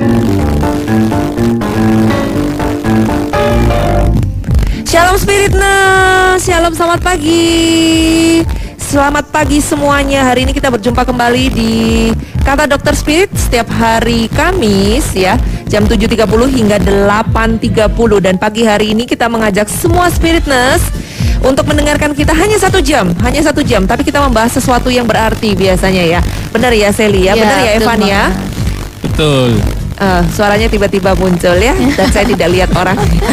Shalom Spiritness, shalom, selamat pagi. Selamat pagi semuanya. Hari ini kita berjumpa kembali di Kata Dokter Spirit setiap hari Kamis ya, jam 7.30 hingga 8.30. Dan pagi hari ini kita mengajak semua Spiritness untuk mendengarkan kita hanya 1 jam, tapi kita membahas sesuatu yang berarti biasanya ya. Benar ya Sally ya, benar ya Evan ya. Betul. Suaranya tiba-tiba muncul ya, dan saya tidak lihat orang.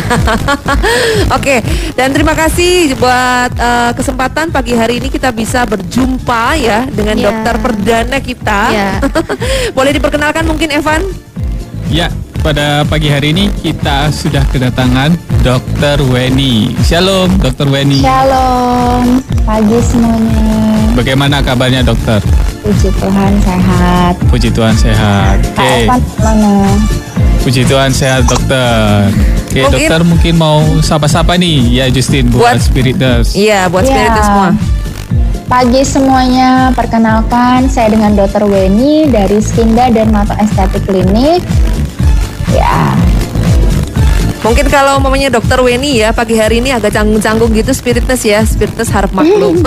Oke, dan terima kasih buat kesempatan pagi hari ini kita bisa berjumpa ya dengan dokter perdana kita. Boleh diperkenalkan mungkin Evan? Ya, pada pagi hari ini kita sudah kedatangan Dr. Weni. Shalom Dr. Weni. Shalom, pagi semuanya. Bagaimana kabarnya dokter? Puji Tuhan sehat. Puji Tuhan sehat. Oke. Mana? Puji Tuhan sehat dokter. Oke, dokter mungkin mau sapa-sapa nih ya Justin buat Spiritness. Iya, buat Spiritness semua. Pagi semuanya, perkenalkan saya dengan Dr. Weni dari Skinda Dermato Estetik Klinik. Ya. Mungkin kalau mamanya Dokter Weni ya pagi hari ini agak canggung-canggung gitu Spiritness ya, Spiritness harap maklum.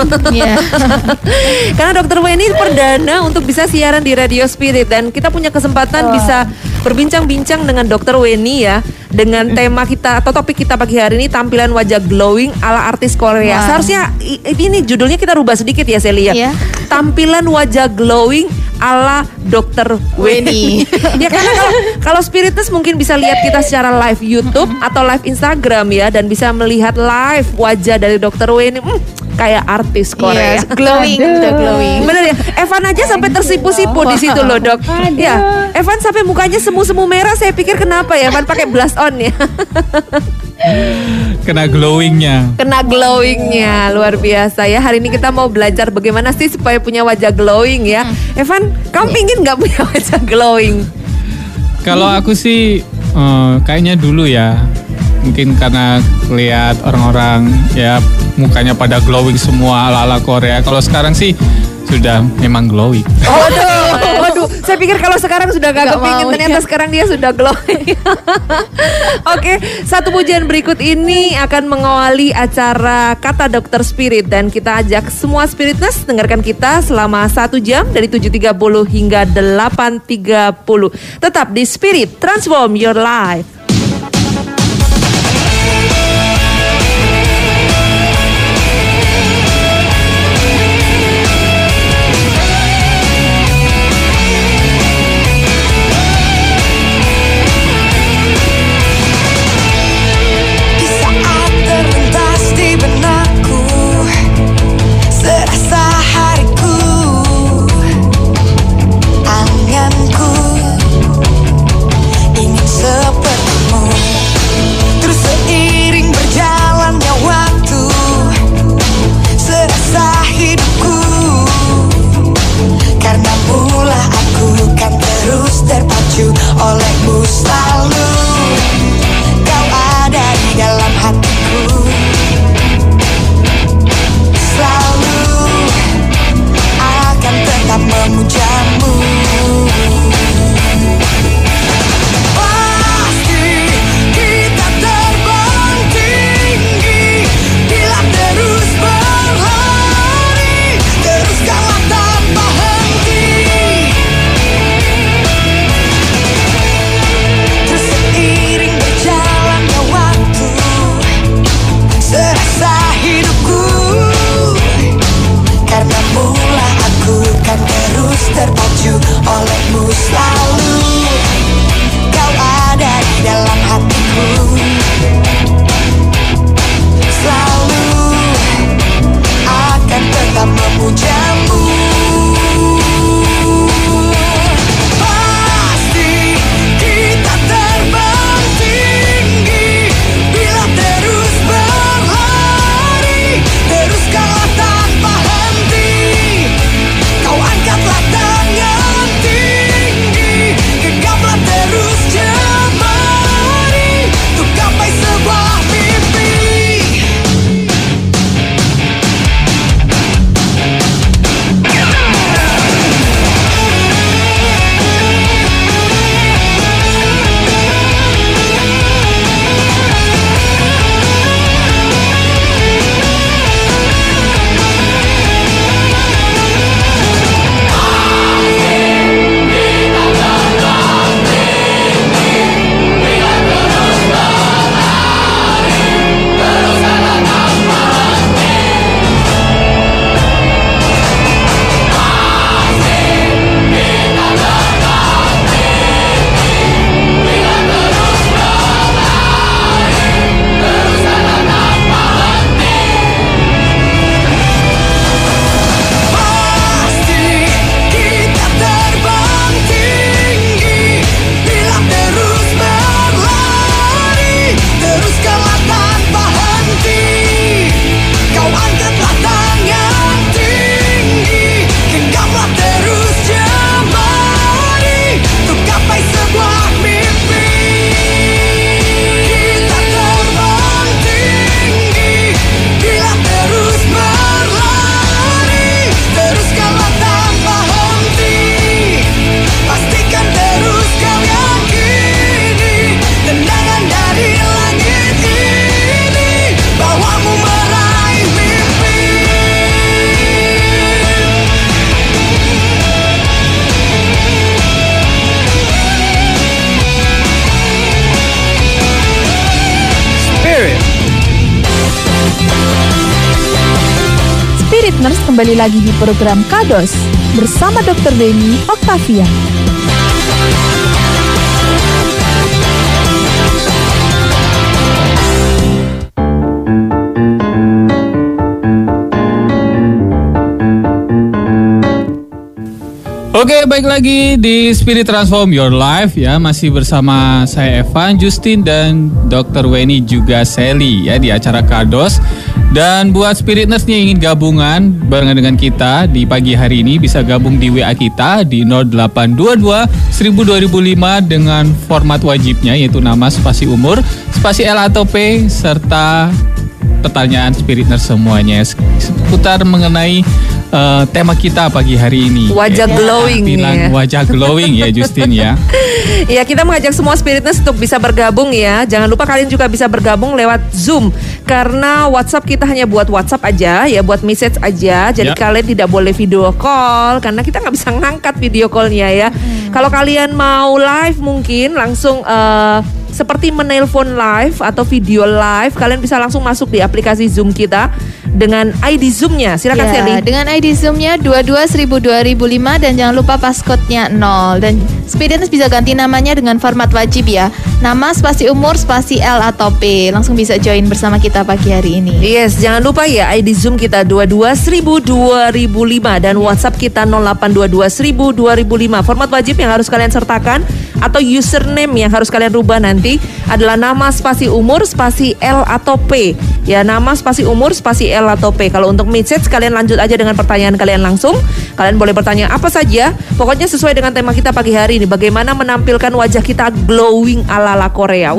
Karena Dokter Weni perdana untuk bisa siaran di Radio Spirit dan kita punya kesempatan bisa berbincang-bincang dengan Dokter Weni ya dengan tema kita atau topik kita pagi hari ini tampilan wajah glowing ala artis Korea. Seharusnya ini judulnya kita rubah sedikit ya Celia. Tampilan wajah glowing ala Dokter Weni. Ya karena kalau Spiritness mungkin bisa lihat kita secara live YouTube atau live Instagram ya dan bisa melihat live wajah dari Dokter Weni. Kayak artis Korea. Glowing, glowing. Bener ya. Evan aja sampai tersipu-sipu di situ loh, Dok. Ya, Evan sampai mukanya semu-semu merah. Saya pikir kenapa ya? Evan pakai blush on ya. Kena glowingnya, luar biasa ya. Hari ini kita mau belajar bagaimana sih supaya punya wajah glowing ya. Evan, kamu pingin nggak punya wajah glowing? Kalau aku sih kayaknya dulu ya. Mungkin karena lihat orang-orang ya mukanya pada glowing semua ala-ala Korea. Kalau sekarang sih sudah memang glowing. Waduh, saya pikir kalau sekarang sudah gak kepingin, ternyata sekarang dia sudah glowing. Oke, satu pujian berikut ini akan mengawali acara Kata Dokter Spirit dan kita ajak semua Spiritness dengarkan kita selama 1 jam dari 7.30 hingga 8.30. Tetap di Spirit, transform your life. Olehmu selalu, kau ada di dalam hatiku. Selalu akan tetap memujamu. Pasti kita terbang tinggi bila terus berlari, teruskanlah tanpa henti. kembali lagi di program Kados bersama Dr. Weni Octavia. Oke, baik lagi di Spirit Transform Your Life ya, masih bersama saya Evan, Justin dan Dr. Weni juga Sally ya di acara Kados. Dan buat Spirit Nurse yang ingin gabungan barengan dengan kita di pagi hari ini bisa gabung di WA kita di 0822 1000 2005 dengan format wajibnya yaitu nama, spasi umur, spasi L atau P serta pertanyaan Spirit Nurse semuanya seputar mengenai tema kita pagi hari ini. Wajah glowing ya. Wajah glowing ya Justin ya. Ya, kita mengajak semua Spiritness untuk bisa bergabung ya. Jangan lupa kalian juga bisa bergabung lewat Zoom. Karena WhatsApp kita hanya buat WhatsApp aja ya, buat message aja. Jadi kalian tidak boleh video call karena kita nggak bisa ngangkat video callnya ya. Kalau kalian mau live mungkin langsung seperti menelpon live atau video live, kalian bisa langsung masuk di aplikasi Zoom kita dengan ID Zoom-nya. Silakan Sally. Dengan ID Zoom-nya 22 1000 2005 dan jangan lupa passcode-nya 0. Dan Spiritness bisa ganti namanya dengan format wajib ya. Nama, spasi umur, spasi L atau P. Langsung bisa join bersama kita pagi hari ini. Yes, jangan lupa ya ID Zoom kita 22 1000 2005 dan WhatsApp kita 0822 1000 2005. Format wajib yang harus kalian sertakan atau username yang harus kalian rubah nanti adalah nama, spasi umur, spasi L atau P. Ya, nama, spasi umur, spasi L atau P. Kalau untuk message kalian lanjut aja dengan pertanyaan kalian langsung. Kalian boleh bertanya apa saja. Pokoknya sesuai dengan tema kita pagi hari ini. Bagaimana menampilkan wajah kita glowing ala-ala Korea.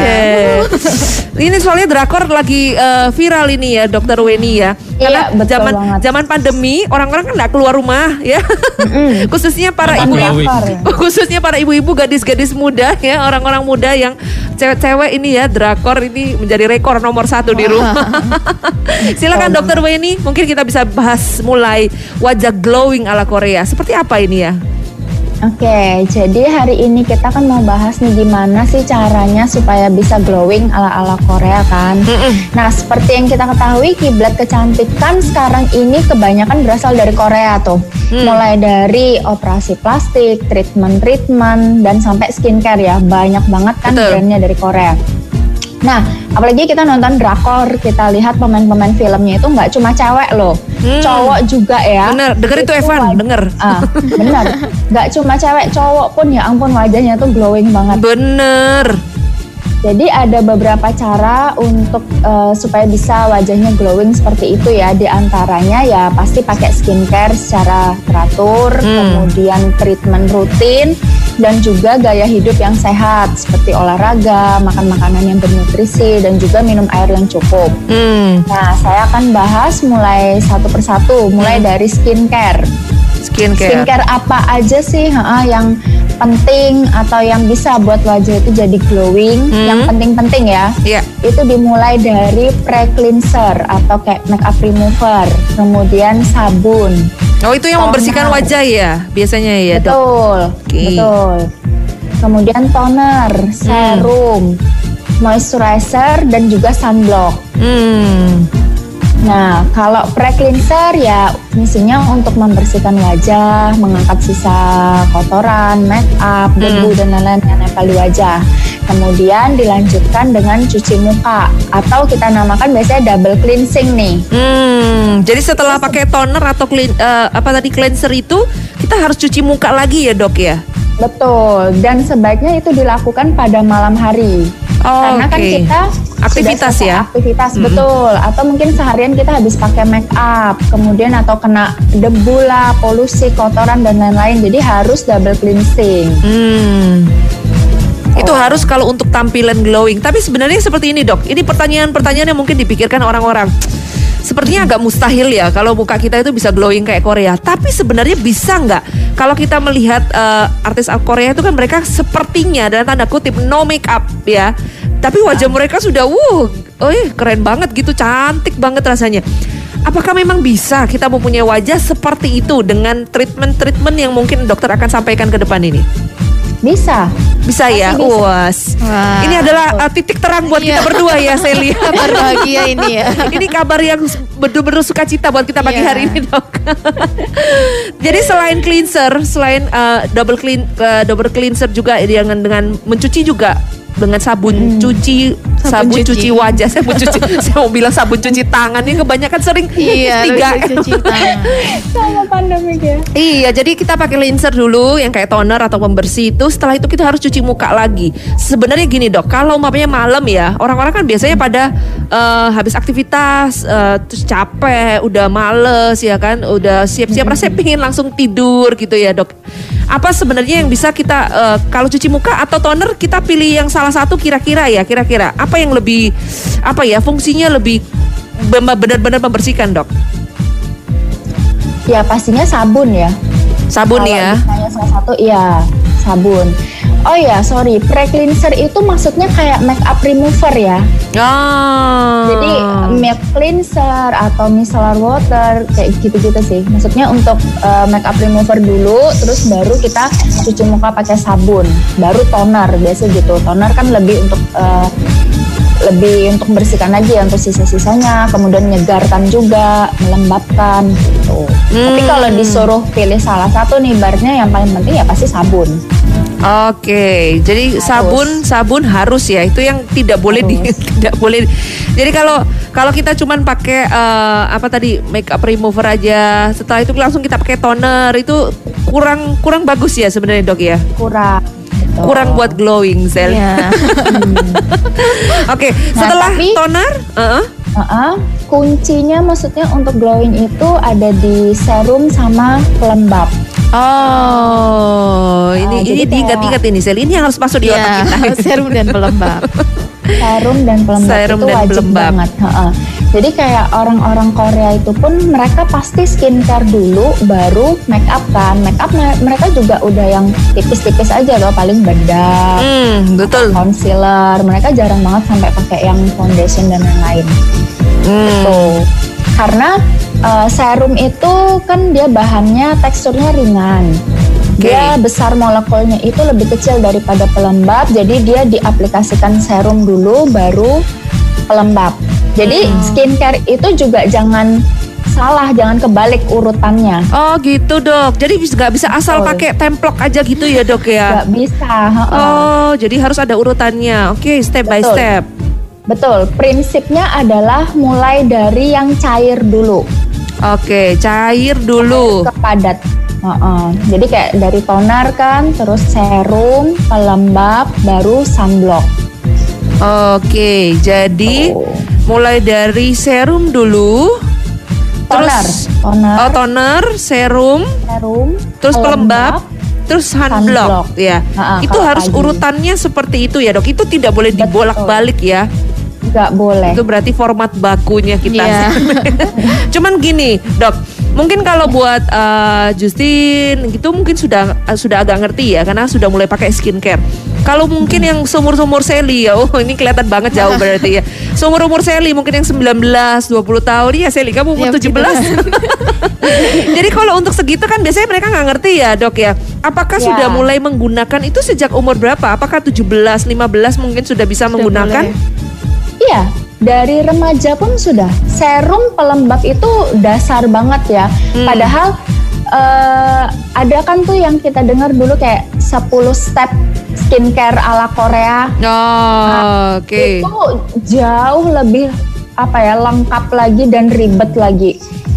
Ini soalnya drakor lagi viral ini ya, Dr. Weni ya. Karena zaman pandemi orang-orang kan nggak keluar rumah ya. Khususnya para ibu-ibu, khususnya para ibu-ibu, gadis-gadis muda ya, orang-orang muda yang cewek-cewek ini ya, drakor ini menjadi rekor nomor 1 di rumah. Silakan Dr. Weni, mungkin kita bisa bahas mulai wajah glowing ala Korea. Seperti apa ini ya? Oke, jadi hari ini kita kan mau bahas nih gimana sih caranya supaya bisa glowing ala-ala Korea kan. Nah, seperti yang kita ketahui, kiblat kecantikan sekarang ini kebanyakan berasal dari Korea tuh. Mulai dari operasi plastik, treatment, dan sampai skincare ya. Banyak banget kan brandnya dari Korea. Nah, apalagi kita nonton drakor, kita lihat pemain-pemain filmnya itu nggak cuma cewek loh, cowok juga ya. Bener, denger itu Evan, denger. Bener, nggak cuma cewek, cowok pun ya ampun wajahnya tuh glowing banget. Bener. Jadi ada beberapa cara untuk supaya bisa wajahnya glowing seperti itu ya. Di antaranya ya pasti pakai skincare secara teratur, kemudian treatment rutin, dan juga gaya hidup yang sehat seperti olahraga, makan makanan yang bernutrisi, dan juga minum air yang cukup. Nah, saya akan bahas mulai satu persatu, mulai dari skincare. Skincare apa aja sih yang penting atau yang bisa buat wajah itu jadi glowing? Yang penting-penting ya. Itu dimulai dari pre-cleanser atau kayak makeup remover, kemudian sabun. Oh, itu yang membersihkan wajah ya biasanya ya, Dok? Betul, betul. Kemudian toner, serum, moisturizer, dan juga sunblock. Nah, kalau pre-cleanser ya fungsinya untuk membersihkan wajah, mengangkat sisa kotoran, make up, debu, dan lain-lain yang nempel di wajah. Kemudian dilanjutkan dengan cuci muka atau kita namakan biasanya double cleansing nih. Jadi setelah pakai toner atau cleanser itu kita harus cuci muka lagi ya, Dok ya? Betul, dan sebaiknya itu dilakukan pada malam hari. Karena kan kita aktivitas ya? Aktivitas, betul. Atau mungkin seharian kita habis pakai make up, kemudian atau kena debu lah, polusi, kotoran, dan lain-lain. Jadi harus double cleansing. Itu harus kalau untuk tampilan glowing. Tapi sebenarnya seperti ini, Dok. Ini pertanyaan-pertanyaan yang mungkin dipikirkan orang-orang. Sepertinya agak mustahil ya kalau muka kita itu bisa glowing kayak Korea. Tapi sebenarnya bisa nggak? Kalau kita melihat artis Korea itu kan mereka sepertinya dalam tanda kutip no make up ya. Tapi wajah mereka sudah keren banget gitu, cantik banget rasanya. Apakah memang bisa kita mempunyai wajah seperti itu dengan treatment-treatment yang mungkin dokter akan sampaikan ke depan ini? Bisa. Bisa ya? Pasti bisa. Was. Wah. Ini adalah titik terang buat kita Iya. berdua ya, Sally. Kabar bahagia ini ya. Ini kabar yang benar-benar sukacita buat kita pagi Iya. hari ini, Dok. Jadi selain cleanser, selain double cleanser juga dengan mencuci juga dengan sabun cuci Sabun cuci cuci. wajah. Saya mau bilang sabun cuci tangan ini kebanyakan sering Iya, 3M. cuci tangan. Sama pandemik ya. Iya, jadi kita pakai cleanser dulu yang kayak toner atau pembersih itu. Setelah itu kita harus cuci muka lagi. Sebenarnya gini, Dok, kalau umpamanya malam ya, orang-orang kan biasanya pada habis aktivitas terus capek, udah males ya kan, udah siap-siap rasanya pingin langsung tidur gitu ya, Dok. Apa sebenarnya yang bisa kita kalau cuci muka atau toner kita pilih yang salah satu kira-kira apa yang lebih fungsinya lebih benar-benar membersihkan, Dok? Ya pastinya sabun ya. Sabun Kalau ya. misalnya salah satu iya sabun. Oh ya, sorry, pre-cleanser itu maksudnya kayak makeup remover ya. Oh. Jadi milk cleanser atau micellar water kayak gitu-gitu sih. Maksudnya untuk makeup remover dulu, terus baru kita cuci muka pakai sabun, baru toner biasa gitu. Toner kan lebih untuk membersihkan aja untuk sisa-sisanya, kemudian menyegarkan juga, melembabkan gitu. Tapi kalau disuruh pilih salah satu nih, ibaratnya yang paling penting ya pasti sabun. Oke, jadi sabun harus ya, itu yang tidak boleh tidak boleh. Jadi kalau kita cuman pakai makeup remover aja, setelah itu langsung kita pakai toner, itu kurang bagus ya sebenarnya, Dok ya. Kurang buat glowing, Sel. Iya. Oke, setelah tapi- toner, Kuncinya maksudnya untuk glowing itu ada di serum sama pelembab. ini jadi kayak- diingat-ingat ini, Sel. Ini yang harus masuk di otak kita. Iya, serum dan pelembab. Serum dan pelembab Serum itu dan wajib pelembab. banget. Jadi kayak orang-orang Korea itu pun mereka pasti skincare dulu baru make up kan. Make up mereka juga udah yang tipis-tipis aja loh, paling bedak, Betul. concealer. Mereka jarang banget sampai pakai yang foundation dan lain-lain. Gitu. Karena serum itu kan dia bahannya teksturnya ringan. Dia besar molekulnya itu lebih kecil daripada pelembab, jadi dia diaplikasikan serum dulu baru pelembab. Jadi skincare itu juga jangan salah, jangan kebalik urutannya. Oh gitu, Dok. Jadi nggak bisa asal Betul. pakai templok aja gitu ya, Dok ya. Gak bisa. Oh, jadi harus ada urutannya. Oke, step by Betul. step. Betul, prinsipnya adalah mulai dari yang cair dulu. Oke, cair dulu. Ke padat. Jadi kayak dari toner kan, terus serum, pelembab, baru sunblock. Oke, jadi mulai dari serum dulu. Toner, Toner, serum, serum, terus pelembab, terus sunblock. Ya. Itu kalau harus pagi. urutannya seperti itu ya, Dok. Itu tidak boleh dibolak-balik ya. Nggak boleh. Itu berarti format bakunya kita. Iya. Cuman gini, Dok. Mungkin kalau buat Justin gitu mungkin sudah agak ngerti ya, karena sudah mulai pakai skincare. Kalau mungkin yang seumur Sally ya, ini kelihatan banget jauh berarti ya. Seumur Sally mungkin yang 19, 20 tahun ya, Sally kamu umur Ya, 17. Jadi kalau untuk segitu kan biasanya mereka nggak ngerti ya, Dok ya. Apakah Ya. sudah mulai menggunakan itu sejak umur berapa? Apakah 17, 15 mungkin sudah bisa menggunakan? Iya, dari remaja pun sudah. Serum pelembab itu dasar banget ya. Padahal ada kan tuh yang kita dengar dulu kayak 10 step skincare ala Korea. Oh, oke. Itu jauh lebih lengkap lagi dan ribet lagi.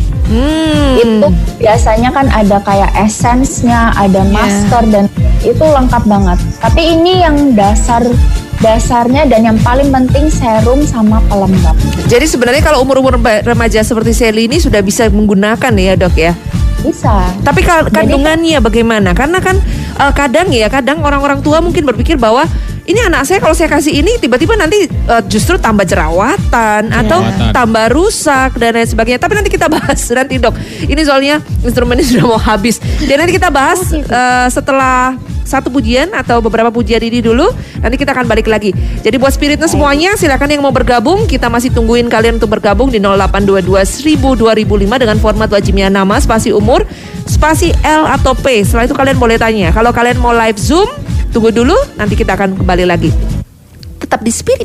Itu biasanya kan ada kayak essence-nya, ada masker dan itu lengkap banget. Tapi ini yang dasarnya dan yang paling penting serum sama pelembab. Jadi sebenarnya kalau umur-umur remaja seperti Sally ini sudah bisa menggunakan ya, Dok ya? Bisa. Tapi kandungannya bagaimana? Karena kan kadang orang-orang tua mungkin berpikir bahwa ini anak saya kalau saya kasih ini tiba-tiba nanti justru tambah jerawatan atau tambah rusak dan lain sebagainya. Tapi nanti kita bahas nanti, Dok. Ini soalnya instrumennya sudah mau habis. Dan nanti kita bahas setelah satu pujian atau beberapa pujian ini dulu. Nanti kita akan balik lagi. Jadi buat spiritnya semuanya, silakan yang mau bergabung. Kita masih tungguin kalian untuk bergabung di 0822 1000 2005 dengan format wajibnya nama, spasi umur, spasi L atau P. Setelah itu kalian boleh tanya. Kalau kalian mau live Zoom, Tunggu dulu, nanti kita akan kembali lagi. Tetap di Spirit.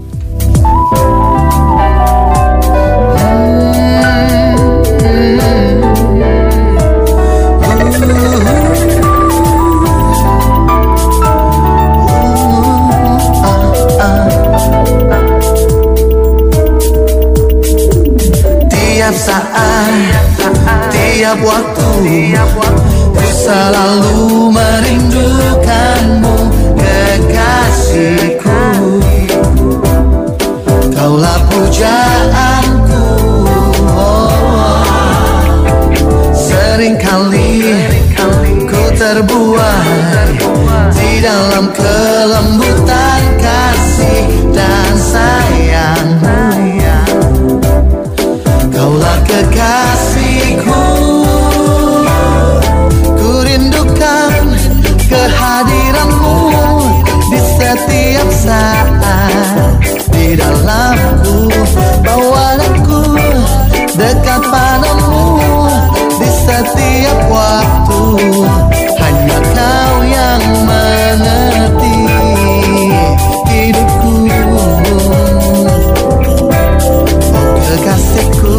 Tiap saat, tiap waktu, ku selalu merindukanmu, kekasihku. Kaulah pujaanku. Seringkali ku terbuai di dalam kelembutan kasih dan sayangmu. Kaulah kekasihku. Ku rindukan kehadiranmu di setiap saat. Di dalamku, bawa aku dekat padamu di setiap waktu. Hanya kau yang mengerti hidupku, oh kekasihku.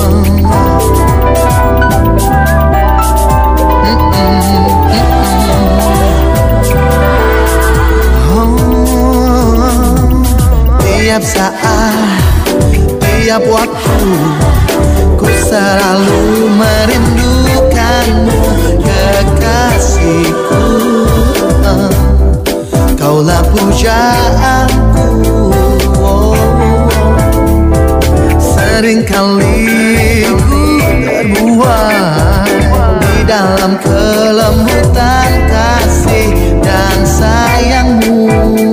Tiap saat, tiap waktu, ku selalu merindukanmu, kekasihku. Kaulah pujaanku. Seringkali ku terbuai di dalam kelembutan kasih dan sayangmu.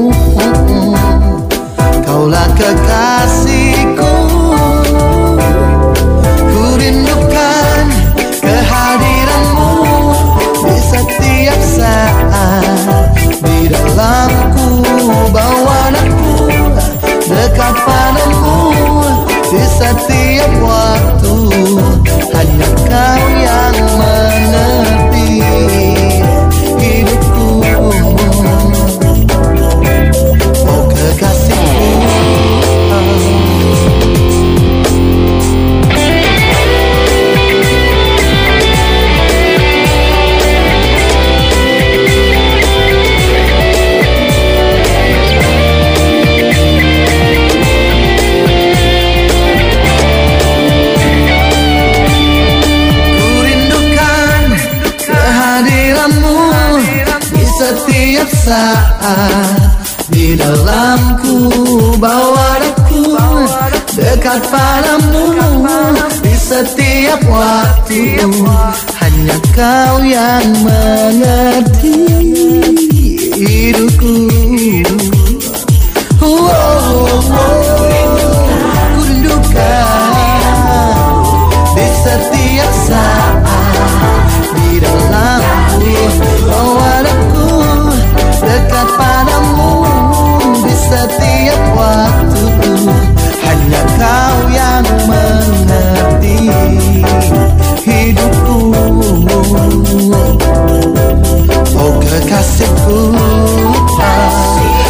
Kaulah kekasihku. Ku rindukan kehadiranmu di setiap saat. Di dalamku, bawa aku dekat padamu di setiap waktu. Hanya kau yang mengerti hidupku, oh kekasihku. Setiap saat di dalamku, bawa aku dekat padamu di setiap waktu. Hanya kau yang mengerti hidupku. Ku rindukan di setiap saat di dalamku, bawa aku dekat padamu di setiap waktu. Hanya kau yang mengerti hidupku, oh kekasihku.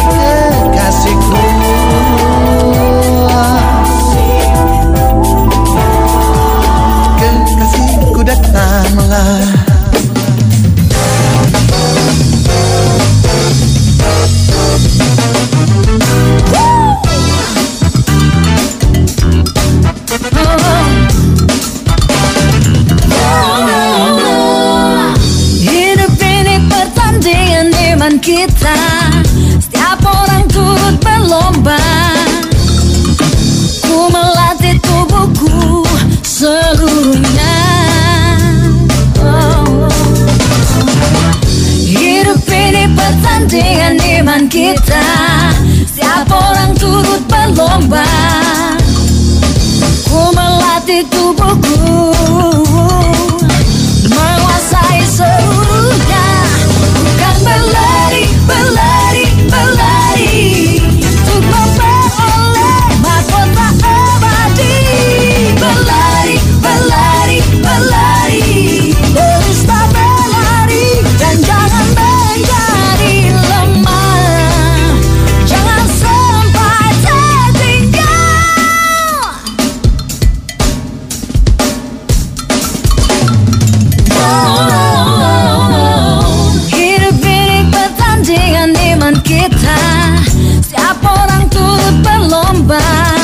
Setiap orang turut berlomba,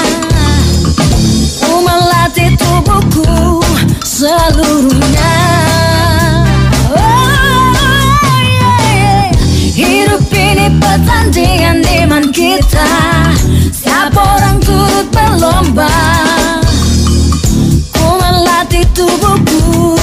melatih tubuhku seluruhnya. Hidup ini pertandingan iman kita. Setiap orang turut berlomba, ku melatih tubuhku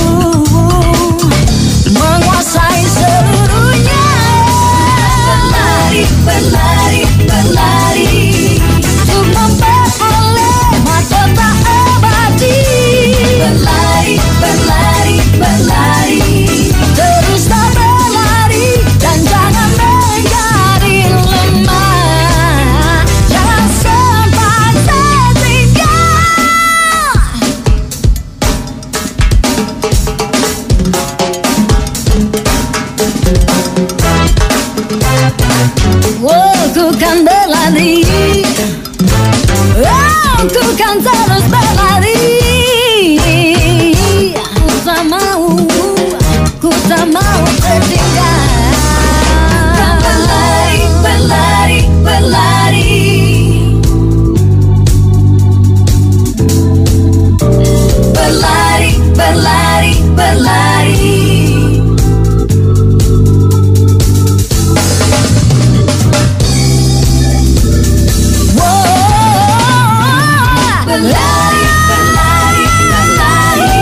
menguasai seluruhnya. Berlari, berlari, berlari untuk memperoleh mahkota abadi. Berlari, berlari, berlari, teruslah berlari dan jangan menjadi lemah. Jangan sampai tertinggal. Oh, ku kan berlari, oh, ku kan terus berlari. Ku tak mau tertinggal. Berlari, berlari, berlari, berlari, berlari, berlari. Berlari, berlari, berlari,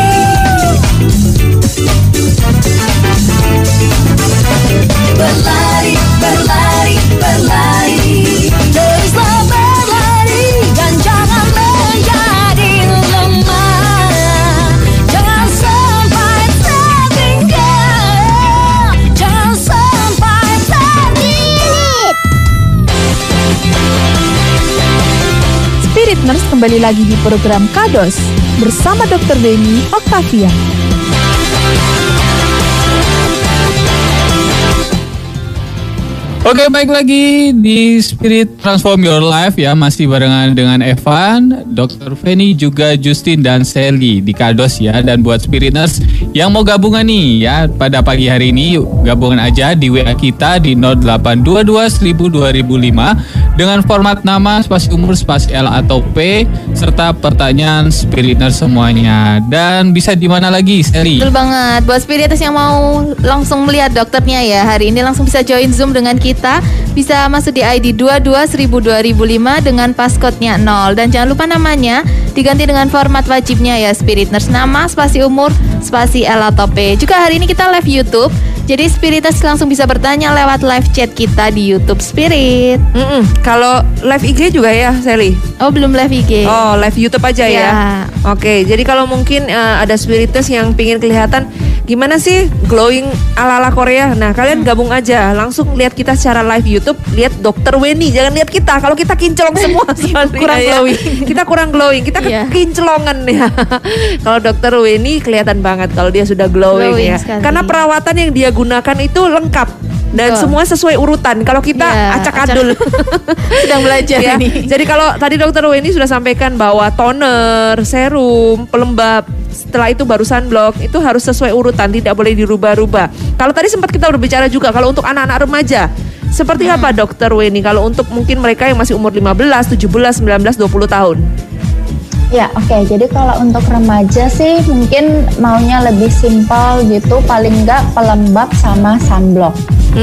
berlari, berlari, berlari, teruslah berlari dan jangan menjadi lemah. Jangan sampai tertinggal, jangan sampai tertinggal. Spirit Nurse kembali lagi di program Kados bersama Dr. Denny Octavia. Oke, baik lagi di Spirit Transform Your Life ya, masih barengan dengan Evan, Dr. Feni, juga Justin dan Sally di Kados ya. Dan buat Spiriters yang mau gabungan nih ya pada pagi hari ini, yuk gabungan aja di WA kita di 0822-1000-2005 dengan format nama, spasi umur, spasi L atau P serta pertanyaan Spiriters semuanya. Dan bisa di mana lagi, Sally? Betul banget. Buat Spiriters yang mau langsung melihat dokternya ya, hari ini langsung bisa join Zoom dengan kita. Bisa masuk di ID 22-1000-2005 dengan passcode-nya 0. Dan jangan lupa namanya diganti dengan format wajibnya ya, Spirit Nurse. Nama, spasi umur, spasi L atau P. Juga hari ini kita live YouTube, jadi Spiriters langsung bisa bertanya lewat live chat kita di YouTube Spirit. Kalau live IG juga ya, Sally? Oh, belum live IG. Oh, live YouTube aja ya. Oke, jadi kalau mungkin ada Spiriters yang pingin kelihatan gimana sih glowing ala-ala Korea, nah kalian gabung aja, langsung lihat kita secara live YouTube, lihat Dr. Weni, jangan lihat kita. Kalau kita kinclong semua kurang glowing. Kita kurang glowing, kita kinclongan ya. Kalau Dr. Weni kelihatan banget kalau dia sudah glowing ya. Sekali. Karena perawatan yang dia gunakan itu lengkap dan semua sesuai urutan. Kalau kita acak-adul. Sedang belajar ya. ini. Jadi kalau tadi Dr. Weni sudah sampaikan bahwa toner, serum, pelembab, setelah itu baru sunblock, itu harus sesuai urutan, tidak boleh dirubah-rubah. Kalau tadi sempat kita berbicara juga kalau untuk anak-anak remaja, seperti apa Dr. Weni kalau untuk mungkin mereka yang masih umur 15, 17, 19, 20 tahun? Ya, oke. Jadi kalau untuk remaja sih mungkin maunya lebih simpel gitu, paling enggak pelembab sama sunblock.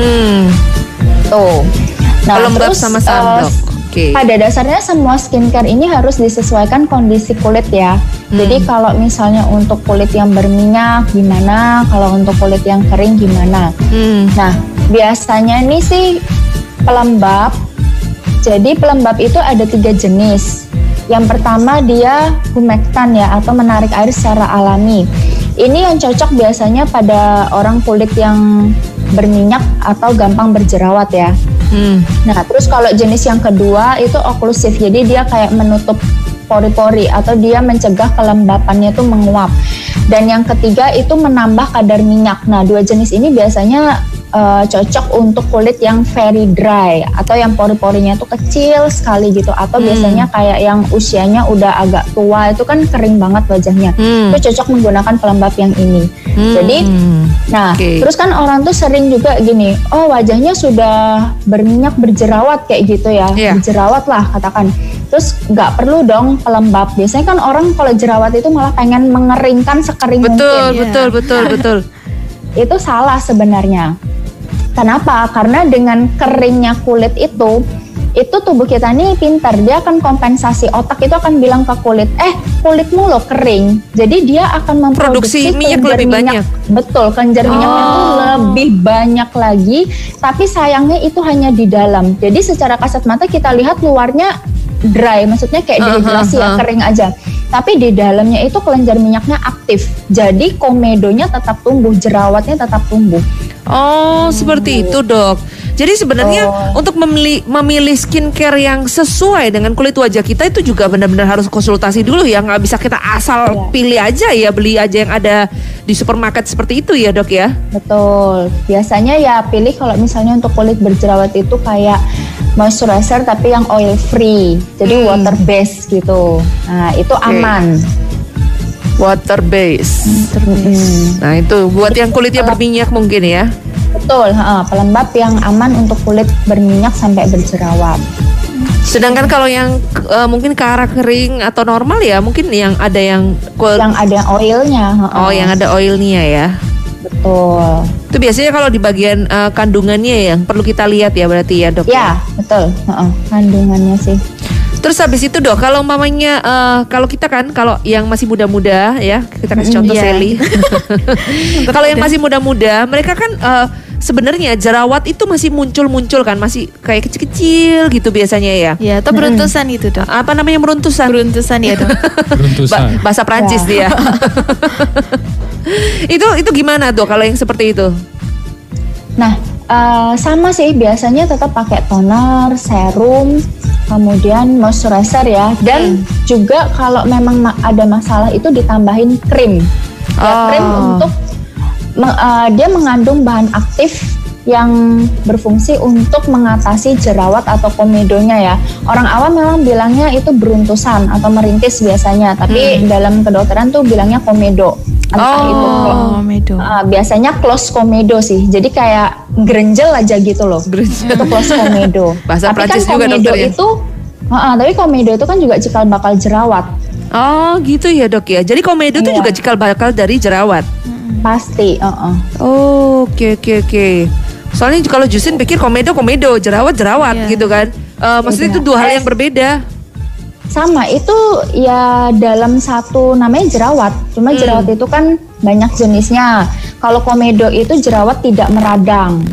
Tuh. Nah, pelembab terus, sama sunblock. Pada dasarnya semua skincare ini harus disesuaikan kondisi kulit ya. Jadi kalau misalnya untuk kulit yang berminyak gimana, kalau untuk kulit yang kering gimana. Nah, biasanya ini sih pelembab. Jadi pelembab itu ada 3 jenis. Yang pertama dia humektan ya, atau menarik air secara alami. Ini yang cocok biasanya pada orang kulit yang berminyak atau gampang berjerawat ya. Nah, terus kalau jenis yang kedua itu oklusif. Jadi dia kayak menutup pori-pori atau dia mencegah kelembapannya itu menguap. Dan yang ketiga itu menambah kadar minyak. Nah, 2 jenis ini biasanya cocok untuk kulit yang very dry atau yang pori-porinya tuh kecil sekali gitu, atau biasanya kayak yang usianya udah agak tua itu kan kering banget wajahnya. Itu cocok menggunakan pelembab yang ini. Jadi terus kan orang tuh sering juga gini, oh wajahnya sudah berminyak berjerawat kayak gitu ya, berjerawat lah katakan. Terus nggak perlu dong pelembab. Biasanya kan orang kalau jerawat itu malah pengen mengeringkan sekering mungkin. Betul. Itu salah sebenarnya. Kenapa? Karena dengan keringnya kulit itu tubuh kita nih pintar, dia akan kompensasi, otak itu akan bilang ke kulit, kulitmu lo kering, jadi dia akan memproduksi minyak lebih banyak. Betul, kelenjar minyaknya itu lebih banyak lagi, tapi sayangnya itu hanya di dalam. Jadi secara kasat mata kita lihat luarnya dry, maksudnya kayak dehidrasi ya, kering aja. Tapi di dalamnya itu kelenjar minyaknya aktif, jadi komedonya tetap tumbuh, jerawatnya tetap tumbuh. Oh, seperti itu dok. Jadi sebenarnya untuk memilih skincare yang sesuai dengan kulit wajah kita itu juga benar-benar harus konsultasi dulu ya. Nggak bisa kita asal pilih aja ya, beli aja yang ada di supermarket seperti itu ya dok ya. Betul. Biasanya ya pilih kalau misalnya untuk kulit berjerawat itu kayak moisturizer tapi yang oil free. Jadi water based gitu. Nah itu aman. Water base. Nah itu buat yang kulitnya berminyak mungkin ya. Betul, pelembab yang aman untuk kulit berminyak sampai berjerawat. Sedangkan kalau yang mungkin ke arah kering atau normal ya, mungkin yang ada yang ada oilnya. Oh, yang ada oilnya ya. Betul. Itu biasanya kalau di bagian kandungannya yang perlu kita lihat ya berarti ya dok. Ya betul, kandungannya sih. Terus habis itu dok, kalau mamanya kalau kita kan kalau yang masih muda-muda ya, kita kasih contoh Sally. Kalau yang masih muda-muda, mereka kan sebenarnya jerawat itu masih muncul kan, masih kayak kecil-kecil gitu biasanya ya. Ya, atau beruntusan itu dok. Apa namanya beruntusan? Beruntusan ya dok. Beruntusan. Bahasa Prancis dia. Itu gimana dok kalau yang seperti itu? Nah, sama sih, biasanya tetap pakai toner, serum, kemudian moisturizer ya, dan juga kalau memang ada masalah itu ditambahin krim. Krim untuk dia mengandung bahan aktif yang berfungsi untuk mengatasi jerawat atau komedonya ya. Orang awam memang bilangnya itu beruntusan atau merintis biasanya, tapi dalam kedokteran tuh bilangnya komedo. Entah itu komedo. Biasanya close komedo sih. Jadi kayak grenjel aja gitu loh. Itu close komedo. Bahasa tapi Prancis kan juga komedo dokter ya. itu tapi komedo itu kan juga cikal bakal jerawat. Oh gitu ya dok ya. Jadi komedo itu juga cikal bakal dari jerawat. Pasti. Oh, oke. Soalnya kalau Jusin pikir komedo, jerawat gitu kan. Maksudnya itu dua hal yang berbeda. Sama, itu ya dalam satu namanya jerawat. Cuma jerawat itu kan banyak jenisnya. Kalau komedo itu jerawat tidak meradang.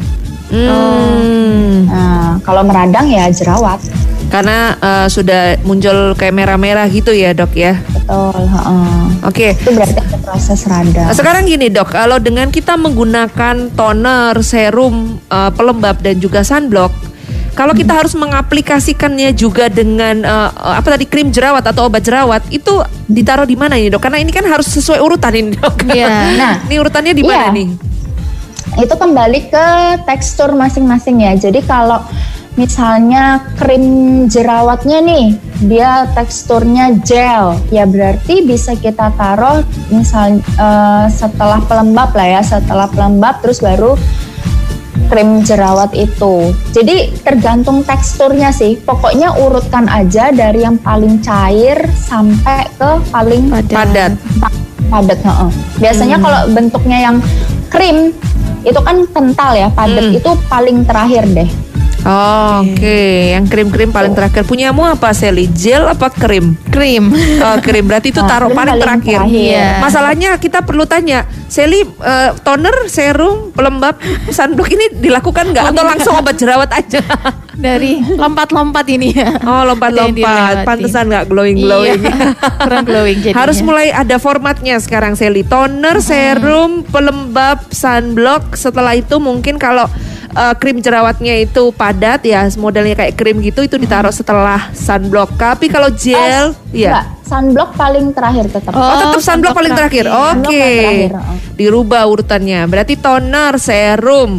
Nah, kalau meradang ya jerawat. Karena sudah muncul kayak merah-merah gitu ya dok ya. Betul. Oke. Itu berarti ada proses radang. Sekarang gini dok, kalau dengan kita menggunakan toner, serum, pelembab dan juga sunblock, kalau kita harus mengaplikasikannya juga dengan krim jerawat atau obat jerawat, itu ditaruh di mana ini dok? Karena ini kan harus sesuai urutan ini dok. Nah, ini urutannya di mana nih? Itu kembali ke tekstur masing-masing ya. Jadi kalau misalnya krim jerawatnya nih, dia teksturnya gel, ya berarti bisa kita taruh misalnya setelah pelembab lah ya, setelah pelembab terus baru krim jerawat itu. Jadi tergantung teksturnya sih. Pokoknya urutkan aja dari yang paling cair sampai ke paling padat. Biasanya kalau bentuknya yang krim itu kan kental ya, padat itu paling terakhir deh. Oke. Yang krim-krim paling terakhir. Punyamu apa Sally? Gel apa krim? Krim. Krim berarti itu taruh paling terakhir. Masalahnya kita perlu tanya, Sally toner, serum, pelembab, sunblock ini dilakukan nggak atau langsung obat jerawat aja? Dari lompat-lompat ini ya. Oh lompat-lompat, pantesan nggak glowing. Kurang glowing jadinya. Harus mulai ada formatnya sekarang Sally. Toner, serum, pelembab, sunblock. Setelah itu mungkin kalau krim jerawatnya itu padat ya, modelnya kayak krim gitu, itu ditaruh setelah sunblock. Tapi kalau gel, ya. Sunblock paling terakhir tetap. Tetap sunblock paling terakhir. Oke. Dirubah urutannya. Berarti toner, serum,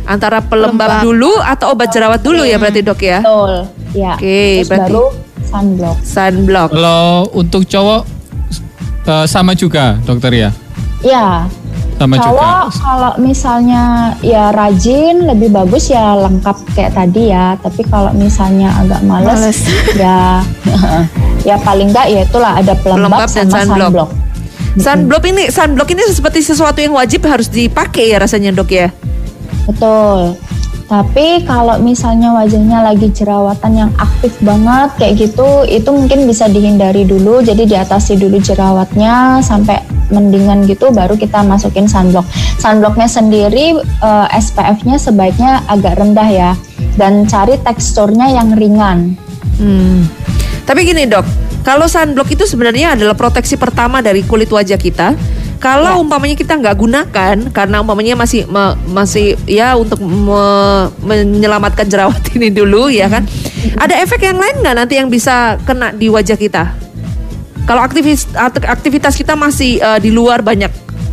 Antara pelembab dulu atau obat jerawat dulu ya berarti dok ya? Betul, ya. Oke, Terus berarti baru sunblock. sunblock. Kalau untuk cowok sama juga dokter ya? Ya, Sama juga. kalau misalnya ya rajin lebih bagus ya lengkap kayak tadi ya. Tapi kalau misalnya agak males. ya ya paling enggak ya itulah ada pelembab Dan sama sunblock. Sunblock ini seperti sesuatu yang wajib harus dipakai ya rasanya dok ya? Betul. Tapi kalau misalnya wajahnya lagi jerawatan yang aktif banget kayak gitu, itu mungkin bisa dihindari dulu. Jadi diatasi dulu jerawatnya sampai mendingan gitu, baru kita masukin sunblock. Sunblocknya sendiri SPF-nya sebaiknya agak rendah ya, dan cari teksturnya yang ringan. Tapi gini dok, kalau sunblock itu sebenarnya adalah proteksi pertama dari kulit wajah kita. Kalau umpamanya kita nggak gunakan karena umpamanya masih ya untuk menyelamatkan jerawat ini dulu ya kan, ada efek yang lain nggak nanti yang bisa kena di wajah kita? Kalau aktivitas kita masih di luar banyak.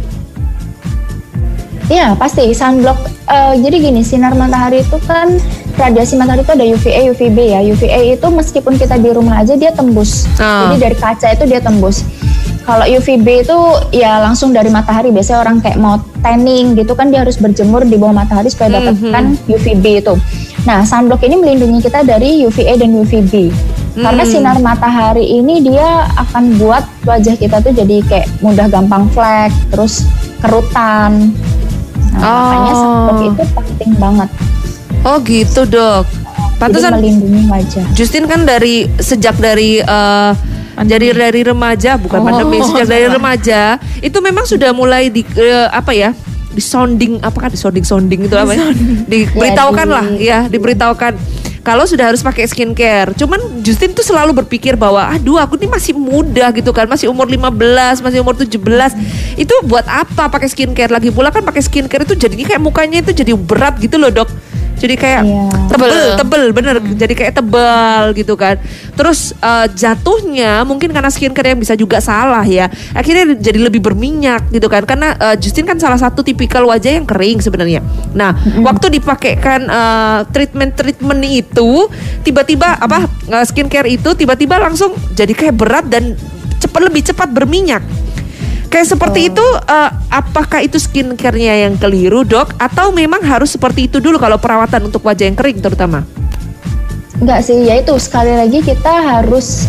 Iya pasti sunblock. Jadi gini, sinar matahari itu kan, radiasi matahari itu ada UVA, UVB ya. UVA itu meskipun kita di rumah aja dia tembus. Jadi dari kaca itu dia tembus. Kalau UVB itu ya langsung dari matahari. Biasanya orang kayak mau tanning gitu kan, dia harus berjemur di bawah matahari supaya dapatkan UVB itu. Nah, sunblock ini melindungi kita dari UVA dan UVB. Karena sinar matahari ini dia akan buat wajah kita tuh jadi kayak mudah gampang flek, terus kerutan. Nah, makanya sunblock itu penting banget. Oh gitu dok. Pantesan melindungi wajah. Justin kan sejak dari remaja, bukan pandemi, sejak dari remaja itu memang sudah mulai diberitahukan kalau sudah harus pakai skincare. Cuman Justin tuh selalu berpikir bahwa aduh aku ini masih muda gitu kan, masih umur 15, masih umur 17. Itu buat apa pakai skincare? Lagi pula kan pakai skincare itu jadinya kayak mukanya itu jadi berat gitu loh dok. Jadi kayak tebel bener, jadi kayak tebal gitu kan. Terus jatuhnya mungkin karena skincare yang bisa juga salah ya, akhirnya jadi lebih berminyak gitu kan. Karena Justin kan salah satu tipikal wajah yang kering sebenarnya. Nah waktu dipakaikan treatment itu tiba-tiba skincare itu tiba-tiba langsung jadi kayak berat dan lebih cepat berminyak. Kayak seperti itu, apakah itu skincare-nya yang keliru dok? Atau memang harus seperti itu dulu kalau perawatan untuk wajah yang kering terutama? Enggak sih, ya itu sekali lagi kita harus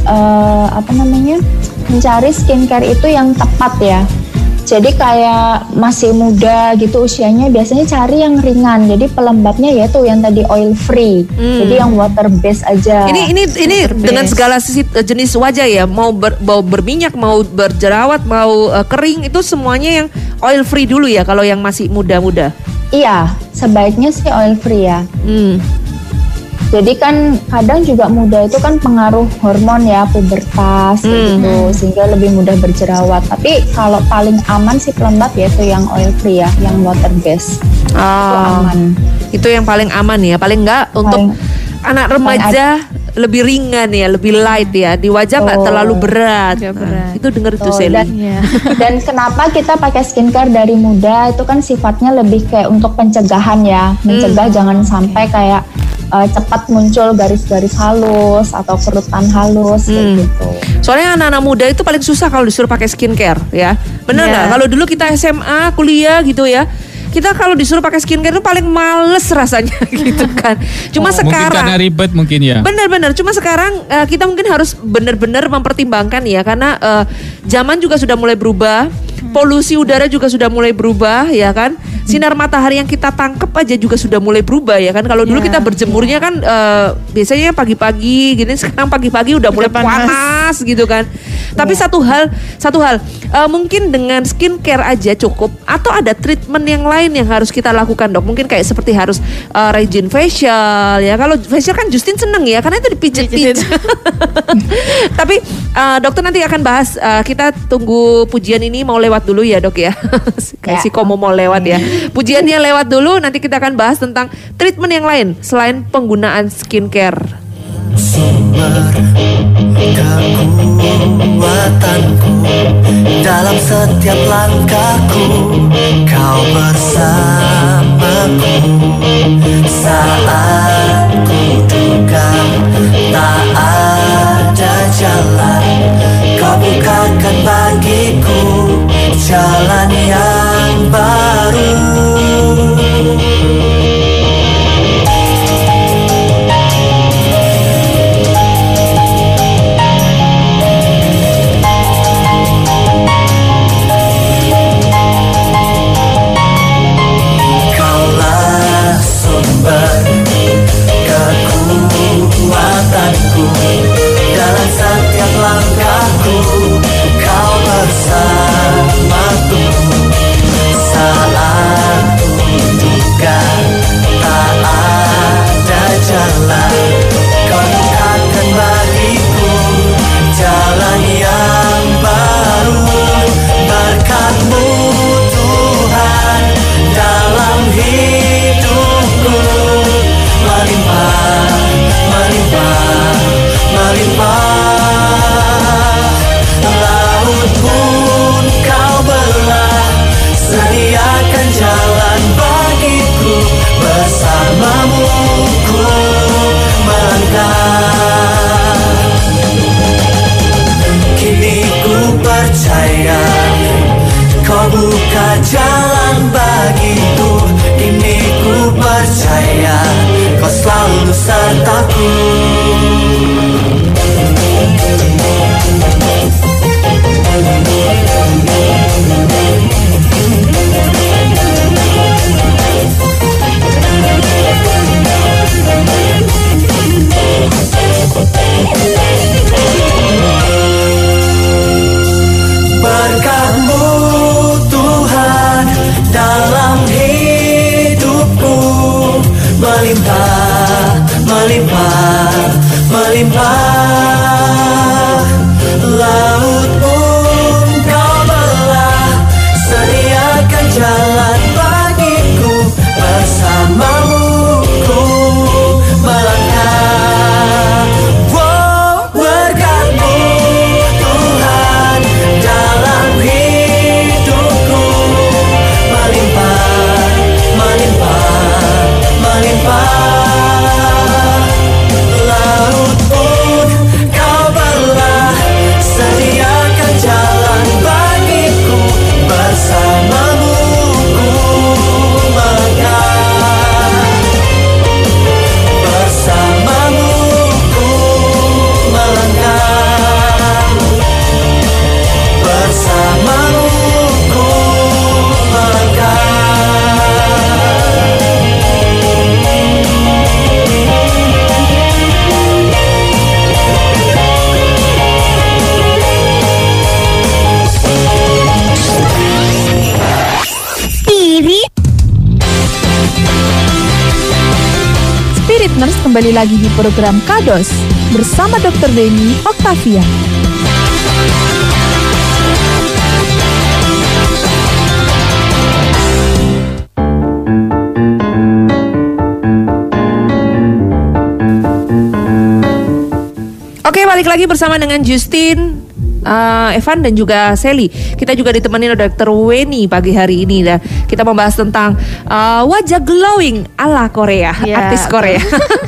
mencari skincare itu yang tepat ya. Jadi kayak masih muda gitu usianya, biasanya cari yang ringan. Jadi pelembabnya ya tuh yang tadi oil free. Jadi yang water based aja. Ini dengan segala jenis wajah ya, mau berminyak, mau berjerawat, mau kering, itu semuanya yang oil free dulu ya kalau yang masih muda-muda. Iya, sebaiknya sih oil free ya. Jadi kan kadang juga muda itu kan pengaruh hormon ya, pubertas gitu, sehingga lebih mudah berjerawat. Tapi kalau paling aman sih pelembab yaitu yang oil free ya, yang water based. Itu aman. Itu yang paling aman ya, paling enggak untuk anak remaja lebih ringan ya, lebih light ya, di wajah nggak terlalu berat. Itu dengar tuh Sally. Dan kenapa kita pakai skincare dari muda itu kan sifatnya lebih kayak untuk pencegahan ya, mencegah jangan sampai kayak cepat muncul garis-garis halus atau kerutan halus kayak gitu. Soalnya anak-anak muda itu paling susah kalau disuruh pakai skincare ya. Benar nggak? Kalau dulu kita SMA, kuliah gitu ya, kita kalau disuruh pakai skincare itu paling males rasanya gitu kan. Cuma sekarang mungkin karena ribet mungkin ya. Benar-benar. Cuma sekarang kita mungkin harus benar-benar mempertimbangkan ya, karena zaman juga sudah mulai berubah. Polusi udara juga sudah mulai berubah ya kan. Sinar matahari yang kita tangkap aja juga sudah mulai berubah ya kan. Kalau dulu kita berjemurnya kan biasanya pagi-pagi gini, sekarang pagi-pagi udah mulai panas gitu kan. Tapi satu hal mungkin dengan skincare aja cukup, atau ada treatment yang lain yang harus kita lakukan dok? Mungkin kayak seperti harus rajin facial ya. Kalau facial kan Justin seneng ya, karena itu dipijit-pijit. Tapi dokter nanti akan bahas, kita tunggu pujian ini mau lewat dulu ya dok ya. Kayak si Komo mau lewat ya. Pujiannya lewat dulu, nanti kita akan bahas tentang treatment yang lain selain penggunaan skincare. sumber kekuatanku. Dalam setiap langkahku kau bersamaku. Saat ku duga tak ada jalan, kau bukakan bagiku jalan yang baru. Kaulah sumber kekuatanku. Dalam setiap langkahku kau bersamaku. Saat ku duga tak ada jalan, kau bukakan bagiku jalan yang baru. Berkat-Mu Tuhan dalam hidupku melimpah, melimpah, melimpah. Laut pun kau belah, sediakan jalan bagiku. Bersamamu ku melangkah. Kini ku percaya kau buka jalan bagiku. Kini ku percaya kau selalu sertaku. Berkat-Mu Tuhan dalam hidupku melimpah, melimpah, melimpah. Laut pun kau belah, sediakan jalan bagiku. Bersamamu ku melangkah. Wow, berkat-Mu Tuhan dalam hidupku melimpah, melimpah, melimpah. Laut pun kau belah, sediakan jalan bagiku. Bersamamu ku melangkah. Bersamamu ku melangkah. Bersamamu ku melangkah. Spirit Nurse kembali lagi di program Kados bersama Dr. Weni Octavia. Oke, balik lagi bersama dengan Justin, Evan dan juga Sally. Kita juga ditemani oleh Dr. Weni pagi hari ini. Kita membahas tentang wajah glowing ala Korea, artis Korea.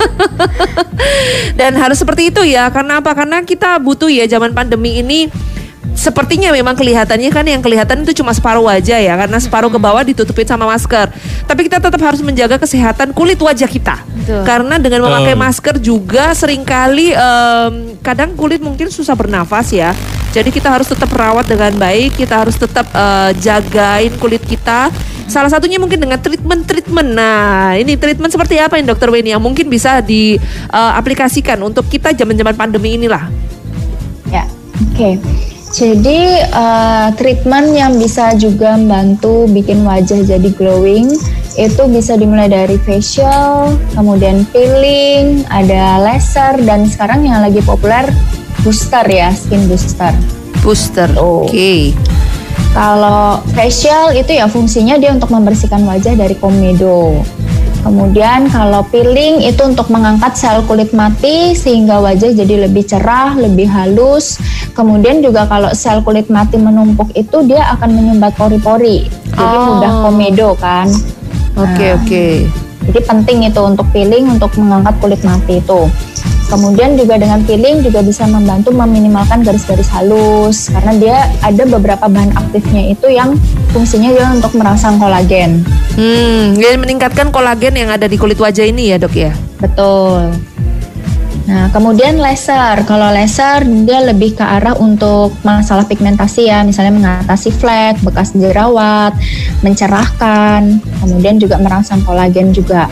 Dan harus seperti itu ya. Karena apa? Karena kita butuh ya zaman pandemi ini. Sepertinya memang kelihatannya kan yang kelihatan itu cuma separuh wajah ya, karena separuh ke bawah ditutupin sama masker. Tapi kita tetap harus menjaga kesehatan kulit wajah kita. Betul. Karena dengan memakai masker juga seringkali kadang kulit mungkin susah bernafas ya. Jadi kita harus tetap rawat dengan baik, kita harus tetap jagain kulit kita. Salah satunya mungkin dengan treatment. Nah, ini treatment seperti apa yang Dr. Weni yang mungkin bisa diaplikasikan untuk kita zaman-zaman pandemi inilah? Ya, oke. Jadi treatment yang bisa juga membantu bikin wajah jadi glowing itu bisa dimulai dari facial, kemudian peeling, ada laser, dan sekarang yang lagi populer booster ya, skin booster. Booster, oke. Kalau facial itu ya fungsinya dia untuk membersihkan wajah dari komedo. Kemudian kalau peeling itu untuk mengangkat sel kulit mati sehingga wajah jadi lebih cerah, lebih halus. Kemudian juga kalau sel kulit mati menumpuk itu dia akan menyumbat pori-pori. Jadi mudah komedo kan. Oke. Jadi penting itu untuk peeling untuk mengangkat kulit mati itu. Kemudian juga dengan peeling juga bisa membantu meminimalkan garis-garis halus karena dia ada beberapa bahan aktifnya itu yang fungsinya juga untuk merangsang kolagen. Jadi meningkatkan kolagen yang ada di kulit wajah ini ya dok ya? Betul. Nah kemudian laser, kalau laser dia lebih ke arah untuk masalah pigmentasi ya, misalnya mengatasi flek, bekas jerawat, mencerahkan, kemudian juga merangsang kolagen juga.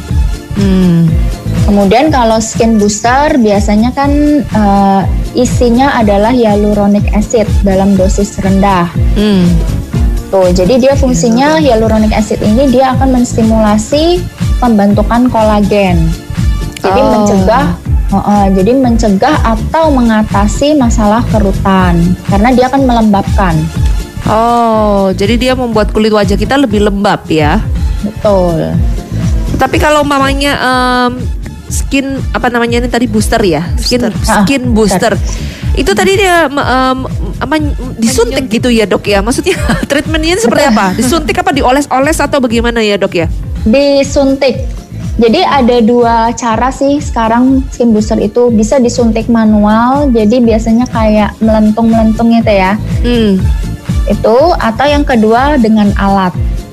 Kemudian kalau skin booster biasanya kan isinya adalah hyaluronic acid dalam dosis rendah. Tuh, jadi dia fungsinya hyaluronic acid ini dia akan menstimulasi pembentukan kolagen. Jadi mencegah atau mengatasi masalah kerutan karena dia akan melembabkan. Oh, jadi dia membuat kulit wajah kita lebih lembab ya? Betul. Tapi kalau mamanya skin apa namanya ini tadi booster ya? Skin booster. Itu tadi dia disuntik gitu ya dok ya? Maksudnya treatmentnya seperti apa? Disuntik apa dioles-oles atau bagaimana ya dok ya? Disuntik. Jadi ada dua cara sih sekarang skin booster itu, bisa disuntik manual. Jadi biasanya kayak melentung-melentung gitu ya. Itu atau yang kedua dengan alat.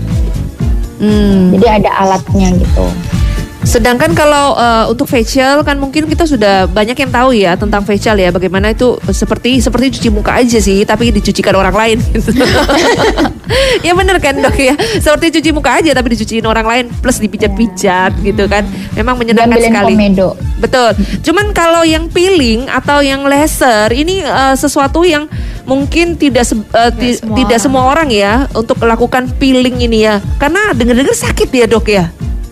Jadi ada alatnya gitu. Sedangkan kalau untuk facial kan mungkin kita sudah banyak yang tahu ya tentang facial ya, bagaimana itu seperti cuci muka aja sih, tapi dicucikan orang lain gitu. Ya bener kan dok ya, seperti cuci muka aja tapi dicuciin orang lain plus dipijat-pijat gitu kan, memang menyenangkan sekali. Komedo. Betul. Cuman kalau yang peeling atau yang laser ini sesuatu yang mungkin tidak semua orang ya untuk melakukan peeling ini ya, karena dengar-dengar sakit ya dok ya.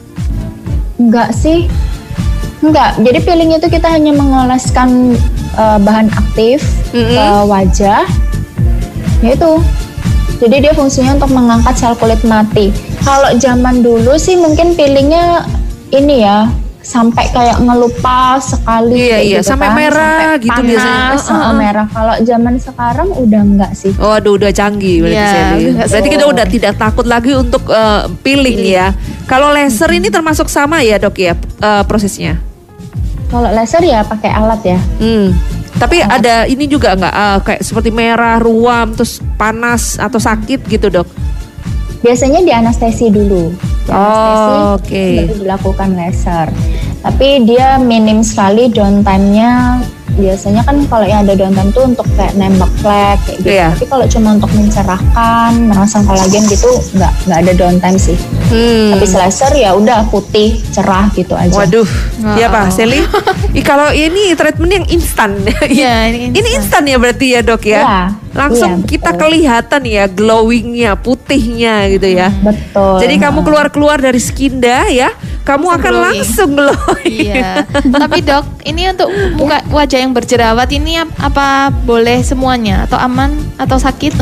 Enggak sih, enggak. Jadi peeling itu kita hanya mengoleskan bahan aktif ke wajah, yaitu. Jadi dia fungsinya untuk mengangkat sel kulit mati. Kalau zaman dulu sih mungkin peelingnya ini ya, sampai kayak ngelupas sekali. Iya, gitu sampai kan, merah sampai gitu panas, biasanya. merah. Kalau zaman sekarang udah enggak sih. Oh, udah canggih berarti Sally. Berarti kita udah tidak takut lagi untuk peeling ya. Kalau laser ini termasuk sama ya dok ya prosesnya? Kalau laser ya pakai alat ya. Tapi ada ini juga nggak kayak seperti merah, ruam, terus panas atau sakit gitu dok? Biasanya di anestesi dulu. Oke. Baru dilakukan laser. Tapi dia minim sekali downtime-nya. Biasanya kan kalau yang ada downtime tuh untuk kayak nembak flek kayak gitu. Iya. Tapi kalau cuma untuk mencerahkan, merangsang kolagen gitu nggak ada downtime sih. Tapi laser ya udah putih, cerah gitu aja. Waduh, iya Pak Sally. Kalau ini treatment yang instan. Iya, ini instan ya berarti ya dok ya? Iya. Langsung Iya, kita betul. kelihatan ya glowingnya, putihnya gitu ya. Betul. Jadi kamu keluar dari Skinda ya, kamu Langsung akan glowing. langsung glowing. Iya. Tapi dok, ini untuk muka wajah yang berjerawat ini apa boleh semuanya atau aman atau sakit?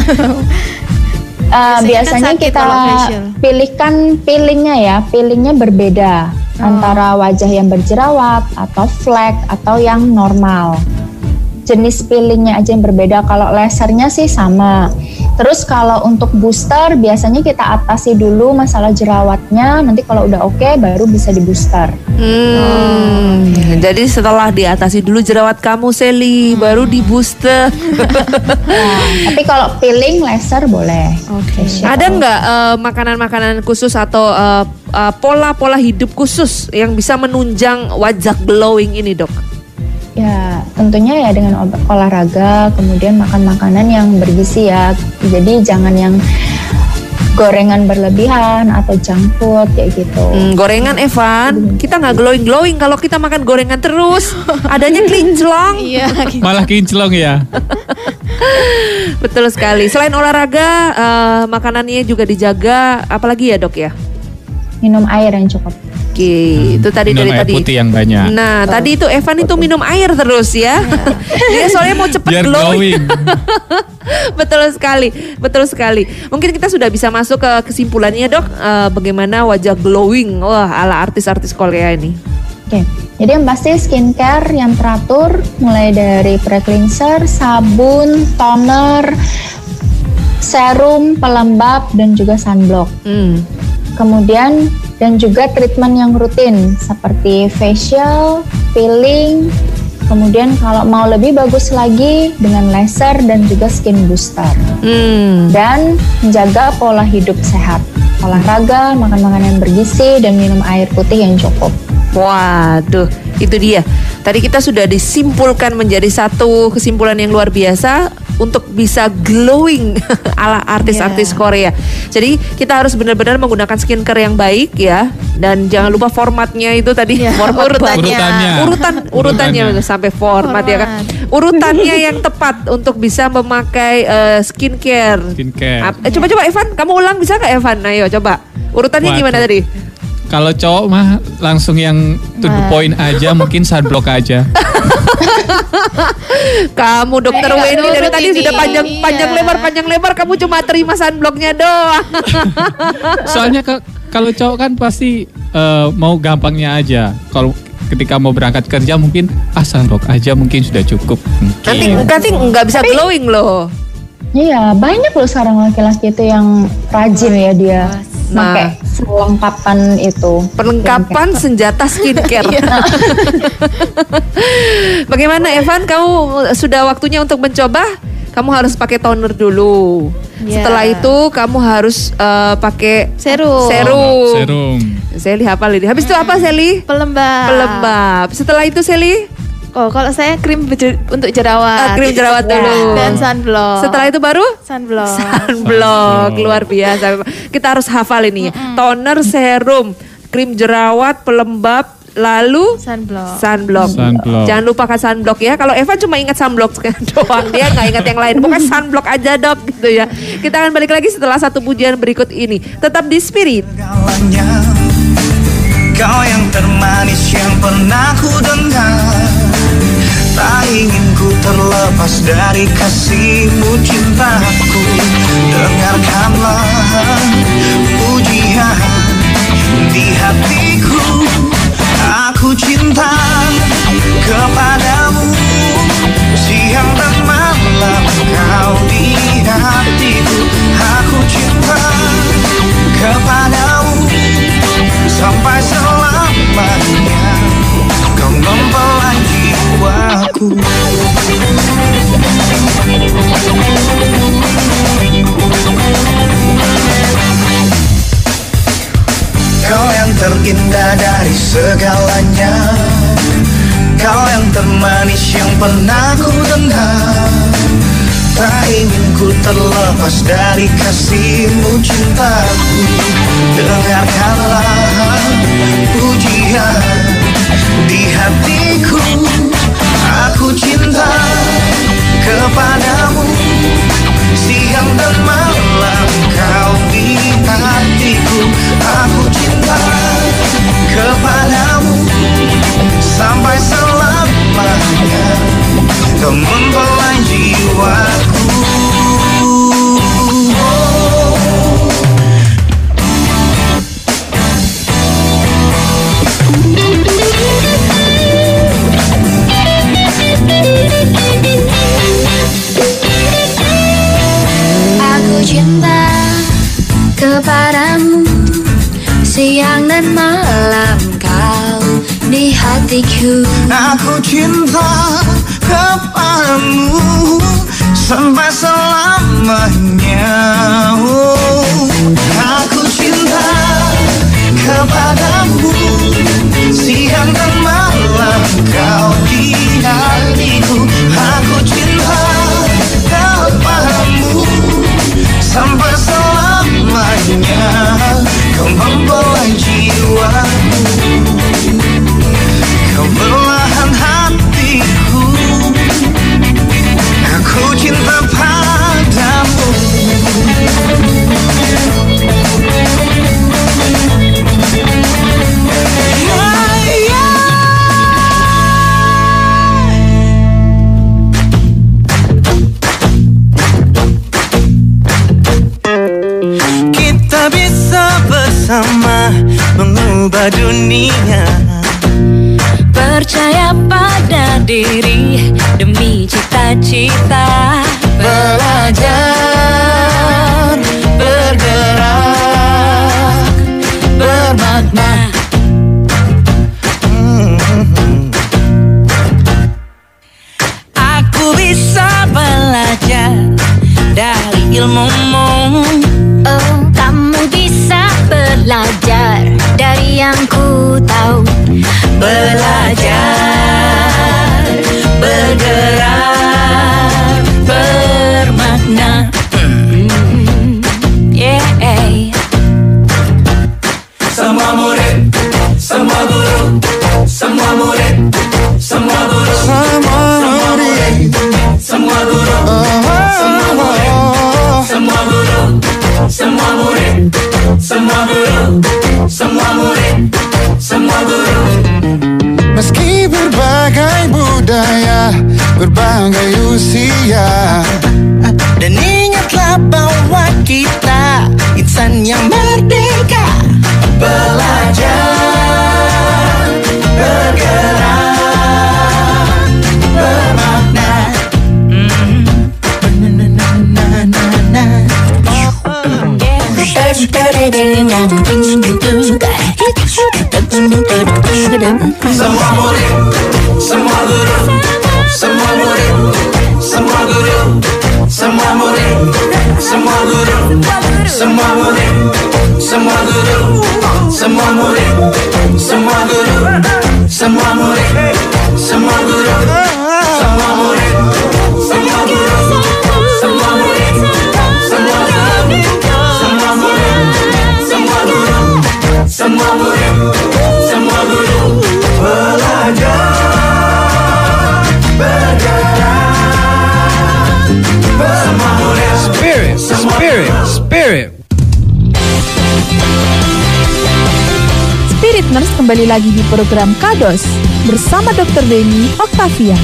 Biasanya sakit kita kalau facial. pilihkan peelingnya berbeda antara wajah yang berjerawat atau flek atau yang normal. Jenis peelingnya aja yang berbeda. Kalau lasernya sih sama. Terus kalau untuk booster biasanya kita atasi dulu masalah jerawatnya. Nanti kalau udah oke baru bisa di booster. Jadi setelah diatasi dulu jerawat kamu Sally, baru di booster. Tapi kalau peeling laser boleh. Oke. Ada nggak makanan-makanan khusus atau pola-pola hidup khusus yang bisa menunjang wajah glowing ini dok? Ya tentunya ya dengan olahraga, kemudian makan makanan yang bergizi ya. Jadi jangan yang gorengan berlebihan atau junk food kayak gitu. Gorengan Evan, kita nggak glowing kalau kita makan gorengan terus, adanya kinclong. Iya. Malah kinclong ya. Betul sekali. Selain olahraga, makanannya juga dijaga, apalagi ya dok ya? minum air yang cukup. Oke, itu tadi Minum dari air tadi. putih yang banyak. Nah, tadi itu Evan itu minum air terus ya. Dia soalnya mau cepet Biar glowing. glowing. Betul sekali, betul sekali. Mungkin kita sudah bisa masuk ke kesimpulannya, Dok. Bagaimana wajah glowing, wah ala artis-artis Korea ini. Oke, jadi yang pasti skincare yang teratur, mulai dari pre-cleanser, sabun, toner, serum, pelembab, dan juga sunblock. Kemudian dan juga treatment yang rutin seperti facial, peeling, kemudian kalau mau lebih bagus lagi dengan laser dan juga skin booster. Dan menjaga pola hidup sehat, olahraga, makan makanan yang bergizi, dan minum air putih yang cukup. Waduh, itu dia. Tadi kita sudah disimpulkan menjadi satu kesimpulan yang luar biasa untuk bisa glowing ala artis-artis Korea. Jadi kita harus benar-benar menggunakan skincare yang baik ya. Dan jangan lupa formatnya itu tadi, format urutannya sampai format ya kan. Urutannya yang tepat untuk bisa memakai skincare. Coba Evan, kamu ulang bisa nggak Evan? Ayo coba. Urutannya gimana tadi? Kalau cowok mah langsung yang to the point aja, mungkin sunblock aja. Kamu Dokter Wendy dari tadi sudah panjang lebar, kamu cuma terima sunblocknya doang. Soalnya kalau cowok kan pasti mau gampangnya aja. Kalau ketika mau berangkat kerja mungkin sunblock aja mungkin sudah cukup. Nanti nggak bisa glowing loh. Iya, banyak loh sekarang laki-laki itu yang rajin ya dia. Pakai perlengkapan itu. Perlengkapan senjata skincare. Bagaimana Evan? Kamu sudah waktunya untuk mencoba? Kamu harus pakai toner dulu. Setelah itu kamu harus pakai serum. Sally hafal ini. Habis itu apa Sally? Pelembab. Setelah itu Sally? Kalau saya krim untuk jerawat. Krim jerawat dulu. Dan sunblock. Setelah itu baru? Sunblock. Luar biasa. Kita harus hafal ini. Toner, serum, krim jerawat, pelembab, lalu sunblock. Jangan lupakan sunblock ya. Kalau Evan cuma ingat sunblock doang, dia nggak ingat yang lain. Bukan sunblock aja Dok gitu ya. Kita akan balik lagi setelah satu pujian berikut ini. Tetap di Spirit. Kau yang termanis yang pernah ku dengar. Tak ingin ku terlepas dari kasihmu cintaku. Dengarkanlah pujian di hatiku. Aku cinta kepadamu. Siang dan malam kau di hatiku. Aku cinta kepadamu. Sampai selamanya kau mempelai jiwaku. Kau yang terindah dari segalanya. Kau yang termanis yang pernah ku dengar. Tak ingin ku terlepas dari kasihmu cintaku. Dengarkanlah pujian di hatiku. Aku cinta kepadamu. Siang dan malam kau di hatiku. Aku cinta kepadamu. Sampai selamanya kau mempelai jiwaku. Aku cinta kepadamu. Siang dan malam kau di hatiku. Aku cinta kepadamu sampai selamanya. Aku cinta kepadamu. Siang dan malam kau di hatiku. Aku cinta kepadamu sampai selamanya. Kau mempelai jiwaku. Kau belahan hatiku. Aku cinta padamu. dunia. Percaya pada diri demi cita-cita. Belajar, bergerak, bermakna. Aku bisa belajar dari ilmumu. Oh, kamu bisa belajar dari yang ku tahu. Belajar, bergerak, bermakna. Yeah. Semua murid, semua guru, semua murid, semua guru, semua murid, semua guru, semua murid, semua guru, semua murid, semua guru, semua murid, semua guru. Meski berbagai budaya, berbagai usia, dan ingatlah bahwa kita insan yang merdeka. Belajar, bergerak, bermakna. Semua murid, semua guru, semua murid, semua guru, semua murid, semua guru, semua murid, semua guru, semua murid, semua guru, semua murid, semua guru, semua murid, semua guru, semua murid, semua guru, semua murid, semua guru, semua murid, semua guru. Belajar, bergerak, semua murid. Spirit. Spirit Nurse kembali lagi di program Kados bersama Dr. Denny Octavia.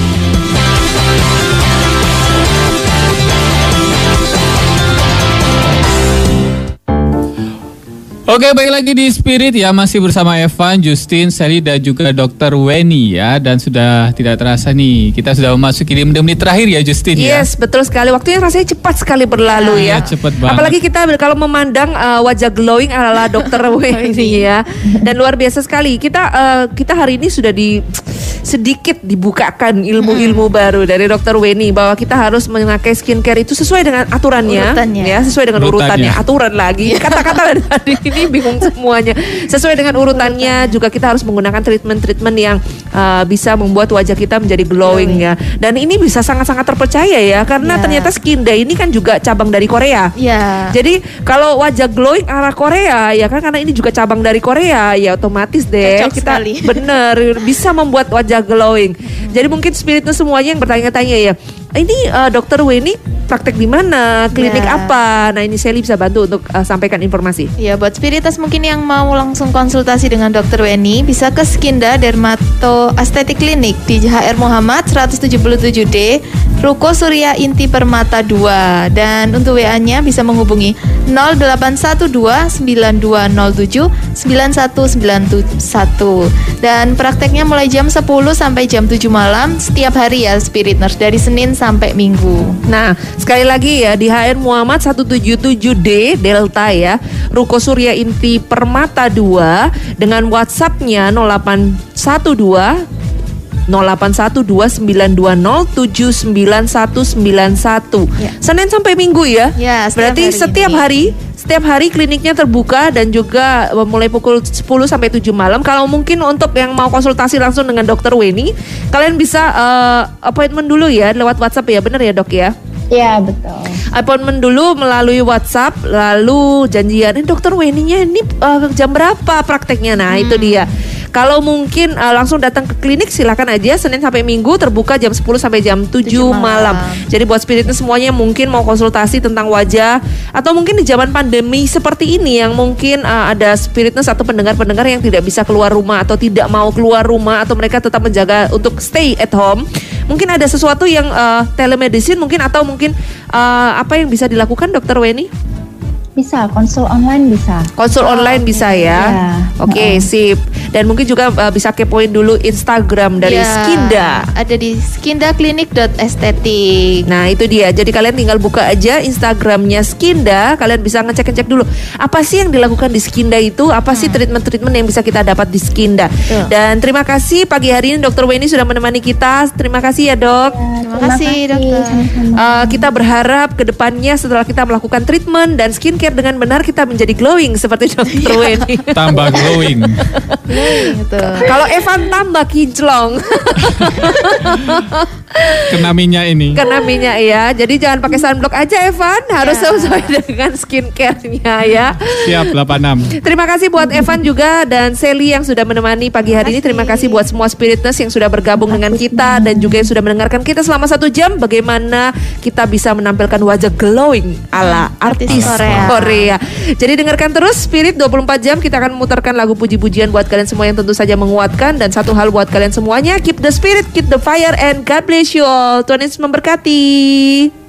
Oke, baik lagi di Spirit ya, masih bersama Evan, Justin, Sally dan juga Dr. Weni ya. Dan sudah tidak terasa nih, kita sudah memasuki 5 menit terakhir ya Justin ya. Yes, betul sekali. Waktunya rasanya cepat sekali berlalu ya. Cepat banget. Apalagi kita kalau memandang wajah glowing ala Dr. Weni ya. Dan luar biasa sekali. Kita hari ini sudah sedikit dibukakan ilmu-ilmu baru dari Dr. Weni bahwa kita harus memakai skincare itu sesuai dengan aturannya, ya, sesuai dengan urutannya. Aturan lagi. Kata-kata tadi ini bingung semuanya. Sesuai dengan urutannya, juga kita harus menggunakan treatment-treatment yang bisa membuat wajah kita menjadi glowing ya. Dan ini bisa sangat-sangat terpercaya ya, karena ternyata Skinda ini kan juga cabang dari Korea. Ya. Jadi kalau wajah glowing arah Korea ya kan, karena ini juga cabang dari Korea ya, otomatis deh Cocok kita sekali. bener bisa membuat wajah glowing. Jadi mungkin Spiritnya semuanya yang bertanya-tanya ya, ini Dr. Weni praktek di mana, klinik apa? Nah ini Sally bisa bantu untuk sampaikan informasi. Ya, buat Spiritas mungkin yang mau langsung konsultasi dengan Dr. Weni bisa ke Skinda Dermato Aesthetic Clinic di HR Muhammad 177D, Ruko Surya Inti Permata 2. Dan untuk WA-nya bisa menghubungi 0812 9207 9191. Dan prakteknya mulai jam 10 sampai jam 7 malam setiap hari ya Spirit Nurse, dari Senin sampai Minggu. Nah, sekali lagi ya, di HR Muhammad 177D Delta ya, Ruko Surya Inti Permata 2, dengan WhatsApp-nya 0812 081292079191. Ya. Senin sampai Minggu ya. Ya, berarti setiap hari kliniknya terbuka dan juga mulai pukul 10 sampai 7 malam. Kalau mungkin untuk yang mau konsultasi langsung dengan Dr. Weni, kalian bisa appointment dulu ya lewat WhatsApp ya, benar ya Dok ya? Iya, betul. Appointment dulu melalui WhatsApp, lalu janjian Dr. Weni-nya ini jam berapa prakteknya. Nah itu dia. Kalau mungkin langsung datang ke klinik silakan aja, Senin sampai Minggu terbuka jam 10 sampai jam 7 malam. Jadi buat Spiritnya semuanya mungkin mau konsultasi tentang wajah, atau mungkin di zaman pandemi seperti ini yang mungkin ada Spiritness atau pendengar-pendengar yang tidak bisa keluar rumah atau tidak mau keluar rumah, atau mereka tetap menjaga untuk stay at home. Mungkin ada sesuatu yang telemedicine mungkin, atau mungkin apa yang bisa dilakukan Dr. Weni? Bisa, konsul online bisa. Konsul online bisa ya. Ya. Oke, sip. Dan mungkin juga bisa kepoin dulu Instagram dari Skinda. Ada di skindaklinik.estetik. Nah itu dia, jadi kalian tinggal buka aja Instagramnya Skinda. Kalian bisa ngecek dulu apa sih yang dilakukan di Skinda itu, apa sih treatment-treatment yang bisa kita dapat di Skinda. Dan terima kasih pagi hari ini Dr. Weni sudah menemani kita. Terima kasih ya dok. Terima kasih dokter. Kita berharap kedepannya setelah kita melakukan treatment dan skincare dengan benar, kita menjadi glowing seperti Dr. Weni. Tambah glowing. Kalau Evan tambah kinclong. Kena minyak ini. Kena minyak ya. Jadi jangan pakai sunblock aja Evan, harus sesuai dengan skincare-nya ya. Siap 86. Terima kasih buat Evan juga dan Sally yang sudah menemani pagi hari ini. Terima kasih buat semua Spiritness yang sudah bergabung dengan kita dan juga yang sudah mendengarkan kita selama 1 jam. Bagaimana kita bisa menampilkan wajah glowing ala artis Korea. Jadi dengarkan terus Spirit 24 jam. Kita akan memutarkan lagu puji-pujian buat kalian semua yang tentu saja menguatkan. Dan satu hal buat kalian semuanya, keep the spirit, keep the fire, and God bless you all. Tuhan Yesus memberkati.